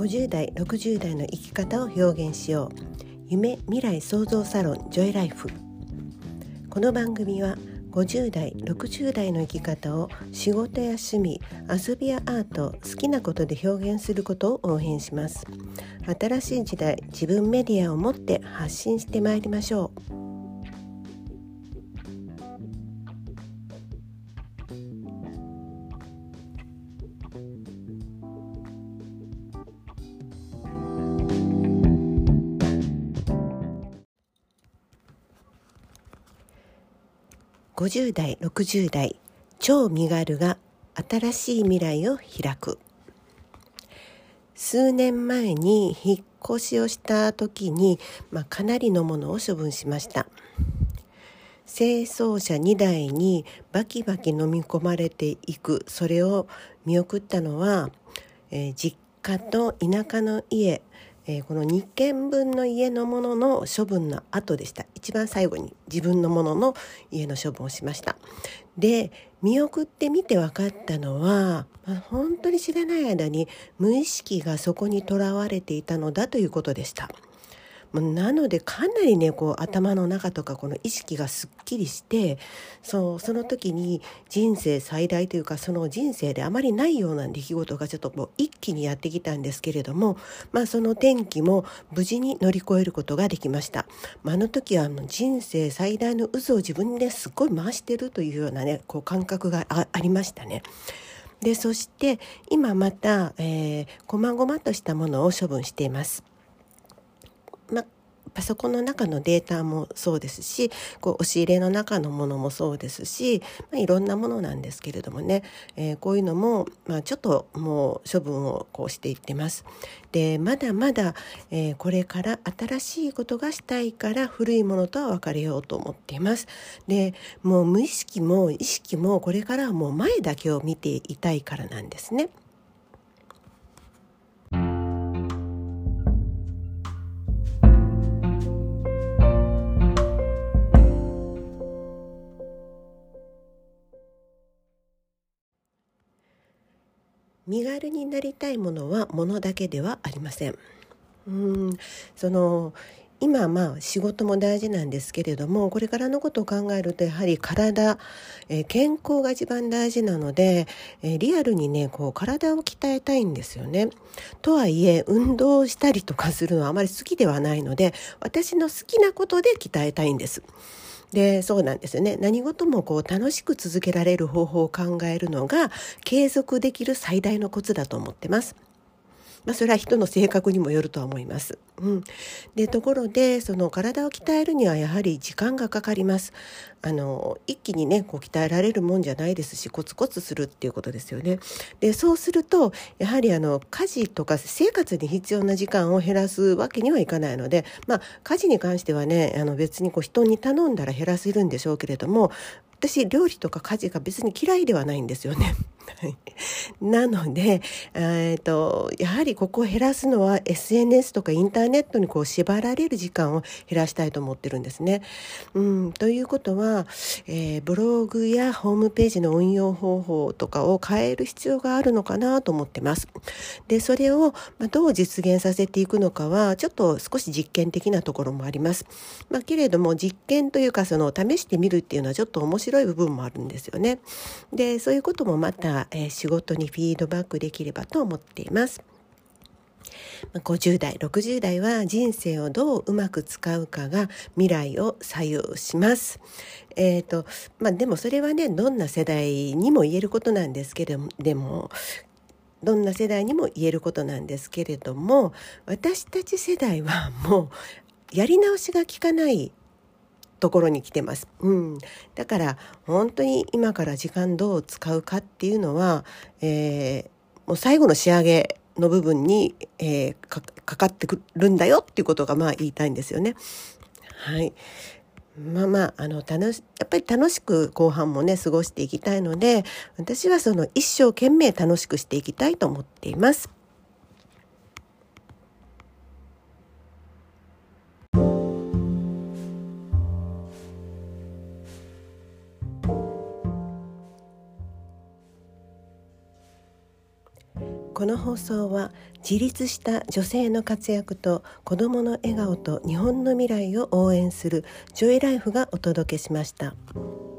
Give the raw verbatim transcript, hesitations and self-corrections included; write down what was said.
ごじゅう代、ろくじゅう代の生き方を表現しよう。夢未来創造サロンジョイライフ。この番組はごじゅう代、ろくじゅう代の生き方を仕事や趣味、遊びやアート、好きなことで表現することを応援します。新しい時代、自分メディアを持って発信してまいりましょう。ごじゅう代、ろくじゅう代、超身軽が新しい未来を開く。数年前に引っ越しをした時に、まあ、かなりのものを処分しました。清掃車にだいにバキバキ飲み込まれていく、それを見送ったのは、えー、実家と田舎の家、えー、このにけんぶんの家のものの処分の後でした。一番最後に自分のものの家の処分をしました。で、見送ってみて分かったのは、まあ、本当に知らない間に無意識がそこにとらわれていたのだということでした。なのでかなりねこう頭の中とかこの意識がすっきりして、そうその時に人生最大というか、その人生であまりないような出来事がちょっともう一気にやってきたんですけれども、まあその転機も無事に乗り越えることができました。まあ、あの時はあの人生最大の渦を自分ですっごい回してるというようなねこう感覚が あ, ありましたね。でそして今また、えー、細々としたものを処分しています。まあ、パソコンの中のデータもそうですし、こう押し入れの中のものもそうですし、まあ、いろんなものなんですけれどもね、えー、こういうのも、まあ、ちょっともう処分をこうしていってます。でまだまだ、えー、これから新しいことがしたいから古いものとは別れようと思っています。でもう無意識も意識もこれからはもう前だけを見ていたいからなんですね。身軽になりたいものはものだけではありません。うーんその今まあ仕事も大事なんですけれども、これからのことを考えるとやはり体、えー健康が一番大事なので、えーリアルにねこう体を鍛えたいんですよね。とはいえ運動したりとかするのはあまり好きではないので、私の好きなことで鍛えたいんです。でそうなんですよね。何事もこう楽しく続けられる方法を考えるのが継続できる最大のコツだと思ってます。まあ、それは人の性格にもよるとは思います。うん、でところでその体を鍛えるにはやはり時間がかかります。あの一気にねこう鍛えられるもんじゃないですし、コツコツするっていうことですよね。でそうするとやはりあの家事とか生活に必要な時間を減らすわけにはいかないので、まあ、家事に関してはねあの別にこう人に頼んだら減らせるんでしょうけれども、私料理とか家事が別に嫌いではないんですよね。なので、えーと、やはりここを減らすのは エスエヌエス とかインターネットにこう縛られる時間を減らしたいと思ってるんですね。うん、ということは、えー、ブログやホームページの運用方法とかを変える必要があるのかなと思ってます。でそれを、まあ、どう実現させていくのかはちょっと少し実験的なところもあります。まあ、けれども実験というかその試してみるっていうのはちょっと面白い部分もあるんですよね。でそういうこともまた、えー、仕事にフィードバックできればと思っています。ごじゅう代、ろくじゅう代は人生をどううまく使うかが未来を左右します。えーとまあ、でもそれはねどんな世代にも言えることなんですけれども、でもどんな世代にも言えることなんですけれども、私たち世代はもうやり直しが効かないところに来てます。うん、だから本当に今から時間どう使うかっていうのは、えー、もう最後の仕上げの部分に、えー、か, かかってくるんだよっていうことがまあ言いたいんですよね。はい。まあまあ、あの楽しやっぱり楽しく後半もね過ごしていきたいので、私はその一生懸命楽しくしていきたいと思っています。 この放送は自立した女性の活躍と子どもの笑顔と日本の未来を応援するジョイライフがお届けしました。